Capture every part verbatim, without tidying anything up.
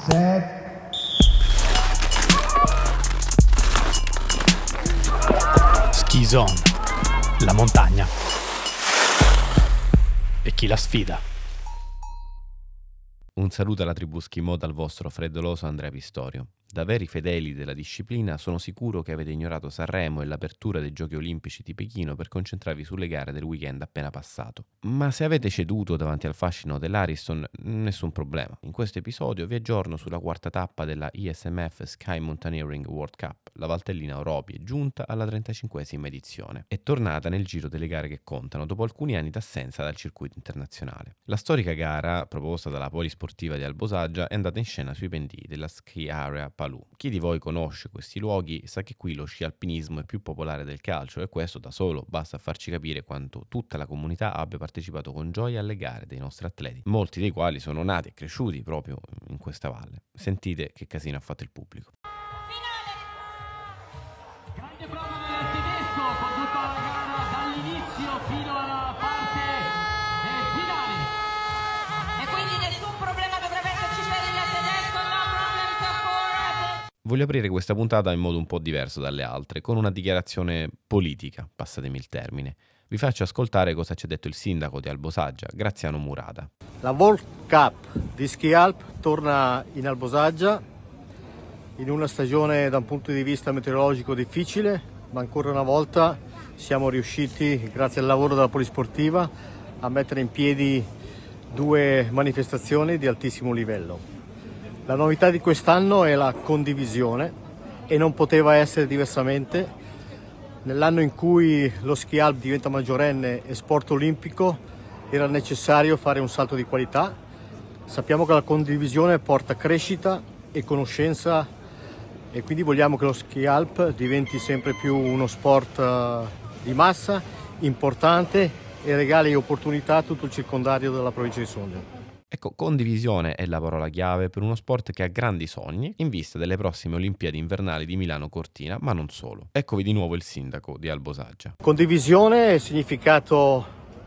set. Ski Zone, la montagna e chi la sfida. Un saluto alla tribù Schimo dal vostro freddoloso Andrea Pistorio. Da veri fedeli della disciplina sono sicuro che avete ignorato Sanremo e l'apertura dei Giochi Olimpici di Pechino per concentrarvi sulle gare del weekend appena passato. Ma se avete ceduto davanti al fascino dell'Ariston, nessun problema. In questo episodio vi aggiorno sulla quarta tappa della I S M F Sky Mountaineering World Cup. La Valtellina Oropi è giunta alla trentacinquesima edizione. È tornata nel giro delle gare che contano dopo alcuni anni d'assenza dal circuito internazionale. La storica gara, proposta dalla Polisportiva di Albosaggia, è andata in scena sui pendii della Ski Area Palù. Chi di voi conosce questi luoghi sa che qui lo sci alpinismo è più popolare del calcio e questo da solo basta a farci capire quanto tutta la comunità abbia partecipato con gioia alle gare dei nostri atleti, molti dei quali sono nati e cresciuti proprio in questa valle. Sentite che casino ha fatto il pubblico. Grande prova del tedesco con tutta la gara dall'inizio fino alla parte eh, finale. E quindi nessun problema dovrebbe esserci per il tedesco, no problem support. Voglio aprire questa puntata in modo un po' diverso dalle altre, con una dichiarazione politica, passatemi il termine. Vi faccio ascoltare cosa ci ha detto il sindaco di Albosaggia, Graziano Murada. La World Cup di Ski Alp torna in Albosaggia in una stagione da un punto di vista meteorologico difficile, ma ancora una volta siamo riusciti, grazie al lavoro della Polisportiva, a mettere in piedi due manifestazioni di altissimo livello. La novità di quest'anno è la condivisione e non poteva essere diversamente. Nell'anno in cui lo ski alp diventa maggiorenne e sport olimpico era necessario fare un salto di qualità. Sappiamo che la condivisione porta crescita e conoscenza e quindi vogliamo che lo ski alp diventi sempre più uno sport di massa, importante e regali opportunità a tutto il circondario della provincia di Sondrio. Ecco, condivisione è la parola chiave per uno sport che ha grandi sogni in vista delle prossime Olimpiadi invernali di Milano Cortina, ma non solo. Eccovi di nuovo il sindaco di Albosaggia. Condivisione è significato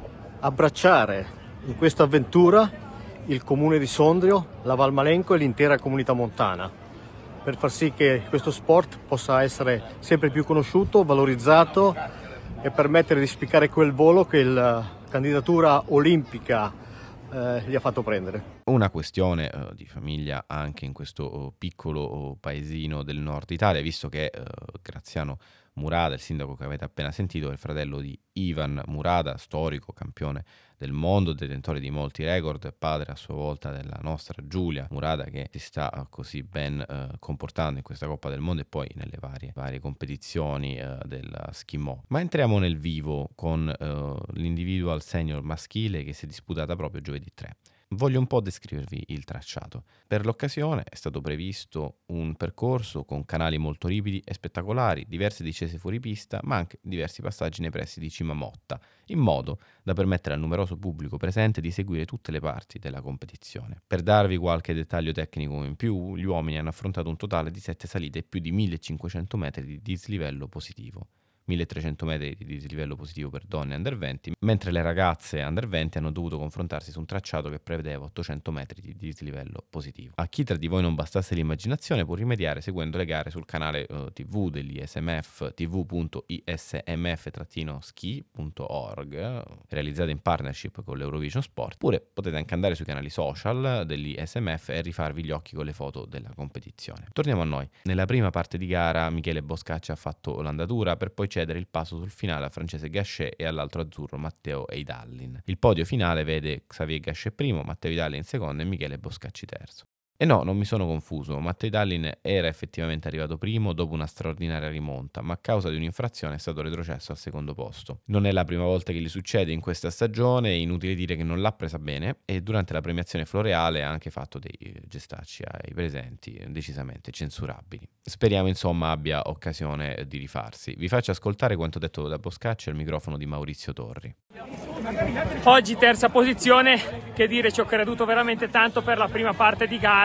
abbracciare in questa avventura il comune di Sondrio, la Val Malenco e l'intera comunità montana, per far sì che questo sport possa essere sempre più conosciuto, valorizzato e permettere di spiccare quel volo che la candidatura olimpica Eh, gli ha fatto prendere. Una questione eh, di famiglia anche in questo oh, piccolo oh, paesino del nord Italia, visto che eh, Graziano Murada, il sindaco che avete appena sentito, è il fratello di Ivan Murada, storico campione del mondo, detentore di molti record, padre a sua volta della nostra Giulia Murada, che si sta così ben eh, comportando in questa Coppa del Mondo e poi nelle varie, varie competizioni eh, del Schimo. Ma entriamo nel vivo con eh, l'individual senior maschile che si è disputata proprio giovedì tre. Voglio un po' descrivervi il tracciato. Per l'occasione è stato previsto un percorso con canali molto ripidi e spettacolari, diverse discese fuori pista, ma anche diversi passaggi nei pressi di Cima Motta, in modo da permettere al numeroso pubblico presente di seguire tutte le parti della competizione. Per darvi qualche dettaglio tecnico in più, gli uomini hanno affrontato un totale di sette salite e più di millecinquecento metri di dislivello positivo. milletrecento metri di dislivello positivo per donne under venti, mentre le ragazze under venti hanno dovuto confrontarsi su un tracciato che prevedeva ottocento metri di dislivello positivo. A chi tra di voi non bastasse l'immaginazione può rimediare seguendo le gare sul canale uh, tivù dell'I S M F, tivù punto I S M F ski punto org, realizzata in partnership con l'Eurovision Sport, oppure potete anche andare sui canali social dell'I S M F e rifarvi gli occhi con le foto della competizione. Torniamo a noi. Nella prima parte di gara Michele Boscacci ha fatto l'andatura per poi il passo sul finale al francese Gachet e all'altro azzurro Matteo Eidallin. Il podio finale vede Xavier Gachet primo, Matteo Eidallin secondo e Michele Boscacci terzo. E no, non mi sono confuso, Matteo Eidallin era effettivamente arrivato primo dopo una straordinaria rimonta, ma a causa di un'infrazione è stato retrocesso al secondo posto. Non è la prima volta che gli succede in questa stagione, è inutile dire che non l'ha presa bene e durante la premiazione floreale ha anche fatto dei gestacci ai presenti decisamente censurabili. Speriamo insomma abbia occasione di rifarsi. Vi faccio ascoltare quanto detto da Boscacci al microfono di Maurizio Torri. Oggi terza posizione, che dire, ci ho creduto veramente tanto per la prima parte di gara.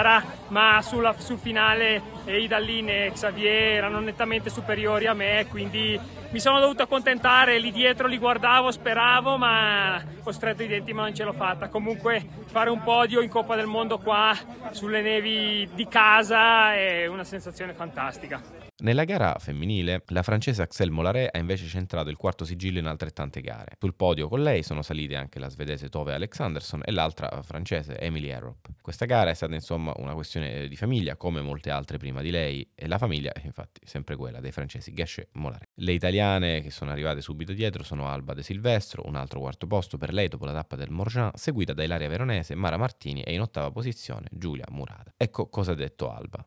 gara, ma sulla, sul finale Idalin e Xavier erano nettamente superiori a me, quindi mi sono dovuto accontentare. Lì dietro li guardavo, speravo, ma ho stretto i denti, ma non ce l'ho fatta. Comunque fare un podio in Coppa del Mondo qua sulle nevi di casa è una sensazione fantastica. Nella gara femminile, la francese Axelle Mollaret ha invece centrato il quarto sigillo in altrettante gare. Sul podio con lei sono salite anche la svedese Tove Alexandersson e l'altra francese Emilie Arop. Questa gara è stata insomma una questione di famiglia, come molte altre prima di lei, e la famiglia è infatti sempre quella dei francesi Gachet Mollaret. Le italiane che sono arrivate subito dietro sono Alba De Silvestro, un altro quarto posto per lei dopo la tappa del Morjan, seguita da Ilaria Veronese, Mara Martini e in ottava posizione Giulia Murata. Ecco cosa ha detto Alba.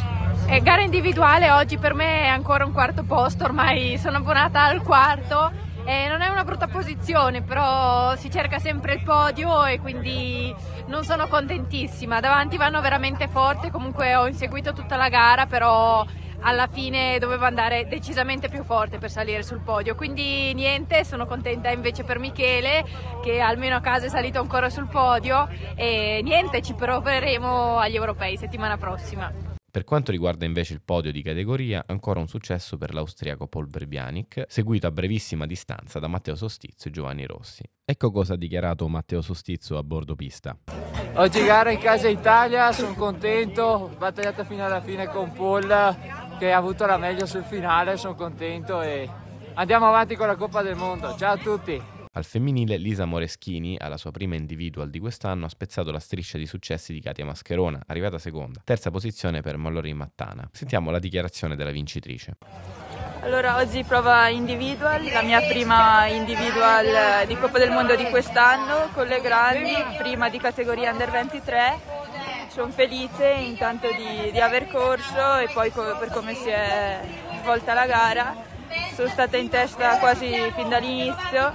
Eh, gara individuale oggi per me è ancora un quarto posto, ormai sono abbonata al quarto e non è una brutta posizione, però si cerca sempre il podio e quindi non sono contentissima. Davanti vanno veramente forte, comunque ho inseguito tutta la gara, però alla fine dovevo andare decisamente più forte per salire sul podio, quindi niente, sono contenta invece per Michele che almeno a casa è salito ancora sul podio e niente, ci proveremo agli europei settimana prossima. Per quanto riguarda invece il podio di categoria, ancora un successo per l'austriaco Paul Berbianic, seguito a brevissima distanza da Matteo Sostizio e Giovanni Rossi. Ecco cosa ha dichiarato Matteo Sostizio a bordo pista. Oggi gara in casa Italia, sono contento, ho battagliato fino alla fine con Paul che ha avuto la meglio sul finale, sono contento e andiamo avanti con la Coppa del Mondo. Ciao a tutti! Al femminile, Lisa Moreschini, alla sua prima individual di quest'anno, ha spezzato la striscia di successi di Katia Mascherona, arrivata seconda. Terza posizione per Mallory Mattana. Sentiamo la dichiarazione della vincitrice. Allora, oggi prova individual, la mia prima individual di Coppa del Mondo di quest'anno, con le grandi, prima di categoria under ventitré. Sono felice intanto di, di aver corso e poi co- per come si è svolta la gara. Sono stata in testa quasi fin dall'inizio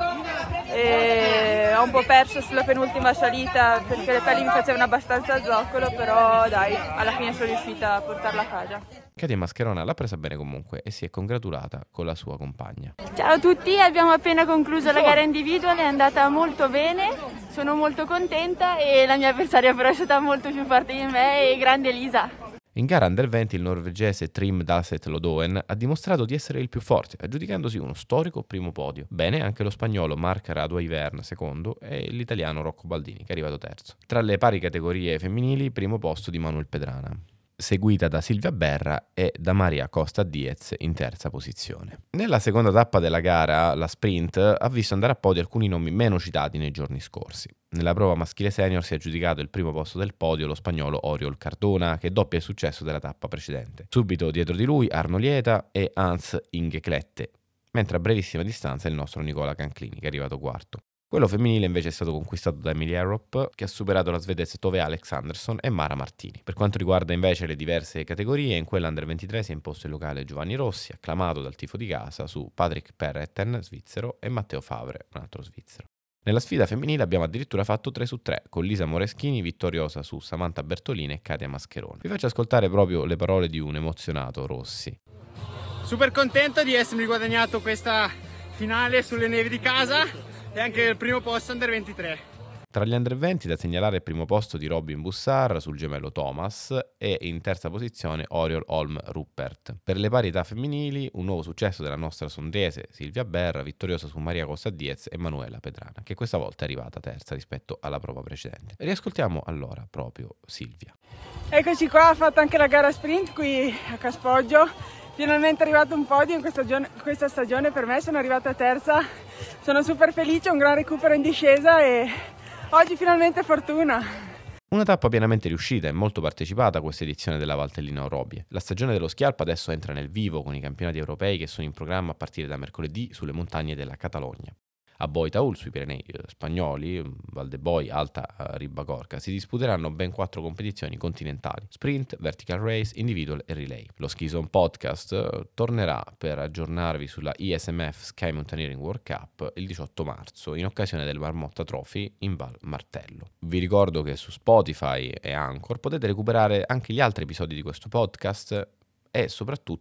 e ho un po' perso sulla penultima salita perché le pelli mi facevano abbastanza zoccolo, però dai, alla fine sono riuscita a portarla a casa. Katia Mascherona l'ha presa bene comunque e si è congratulata con la sua compagna. Ciao a tutti, abbiamo appena concluso la gara individuale, è andata molto bene, sono molto contenta e la mia avversaria però è stata molto più forte di me e grande Elisa. In gara under venti il norvegese Trym Dalset Lodoen ha dimostrato di essere il più forte, aggiudicandosi uno storico primo podio. Bene anche lo spagnolo Marc Raduivern secondo e l'italiano Rocco Baldini che è arrivato terzo. Tra le pari categorie femminili primo posto di Manuel Pedrana, seguita da Silvia Berra e da Maria Costa Diez in terza posizione. Nella seconda tappa della gara, la sprint, ha visto andare a podio alcuni nomi meno citati nei giorni scorsi. Nella prova maschile senior si è aggiudicato il primo posto del podio lo spagnolo Oriol Cardona, che doppia il successo della tappa precedente. Subito dietro di lui Arno Lieta e Hans Ingeclette, mentre a brevissima distanza il nostro Nicola Canclini, che è arrivato quarto. Quello femminile invece è stato conquistato da Emilie Arop, che ha superato la svedese Tove Alexandersson e Mara Martini. Per quanto riguarda invece le diverse categorie, in quella under ventitré si è imposto il locale Giovanni Rossi, acclamato dal tifo di casa, su Patrick Perretten, svizzero, e Matteo Favre, un altro svizzero. Nella sfida femminile abbiamo addirittura fatto tre su tre, con Lisa Moreschini vittoriosa su Samantha Bertolini e Katia Mascherona. Vi faccio ascoltare proprio le parole di un emozionato Rossi. Super contento di essermi guadagnato questa finale sulle nevi di casa e anche il primo posto under ventitré. Tra gli under venti da segnalare il primo posto di Robin Bussar sul gemello Thomas e in terza posizione Oriol Holm Ruppert. Per le parità femminili un nuovo successo della nostra sondese Silvia Berra, vittoriosa su Maria Costa Diez e Manuela Pedrana, che questa volta è arrivata terza rispetto alla prova precedente. Riascoltiamo allora proprio Silvia. Eccoci qua, ha fatto anche la gara sprint qui a Caspoggio. Finalmente è arrivato un podio in questa stagione, questa stagione per me, sono arrivata terza. Sono super felice, un gran recupero in discesa e oggi finalmente fortuna. Una tappa pienamente riuscita e molto partecipata a questa edizione della Valtellina Orobie. La stagione dello Schi Alp adesso entra nel vivo con i campionati europei che sono in programma a partire da mercoledì sulle montagne della Catalogna. A Boitaul, sui Pirenei spagnoli, Val de Boi, Alta Ribagorca, si disputeranno ben quattro competizioni continentali: sprint, vertical race, individual e relay. Lo Ski Zone Podcast tornerà per aggiornarvi sulla I S M F Sky Mountaineering World Cup il diciotto marzo in occasione del Marmotta Trophy in Val Martello. Vi ricordo che su Spotify e Anchor potete recuperare anche gli altri episodi di questo podcast e soprattutto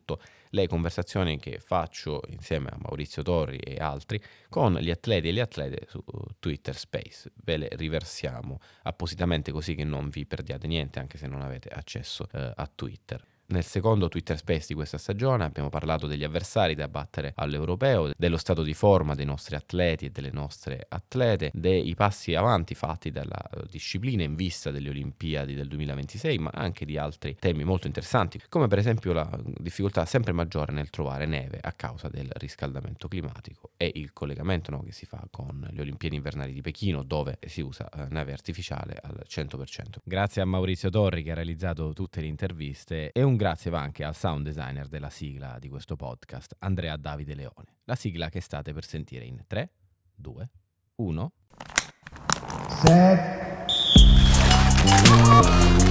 le conversazioni che faccio insieme a Maurizio Torri e altri con gli atleti e le atlete su Twitter Space. Ve le riversiamo appositamente così che non vi perdiate niente, anche se non avete accesso eh, a Twitter. Nel secondo Twitter Space di questa stagione abbiamo parlato degli avversari da battere all'Europeo, dello stato di forma dei nostri atleti e delle nostre atlete, dei passi avanti fatti dalla disciplina in vista delle Olimpiadi del duemilaventisei, ma anche di altri temi molto interessanti, come per esempio la difficoltà sempre maggiore nel trovare neve a causa del riscaldamento climatico e il collegamento, no, che si fa con le Olimpiadi invernali di Pechino, dove si usa eh, neve artificiale al cento per cento. Grazie a Maurizio Torri che ha realizzato tutte le interviste, e un grazie va anche al sound designer della sigla di questo podcast, Andrea Davide Leone. La sigla che state per sentire in tre, due, uno. Set.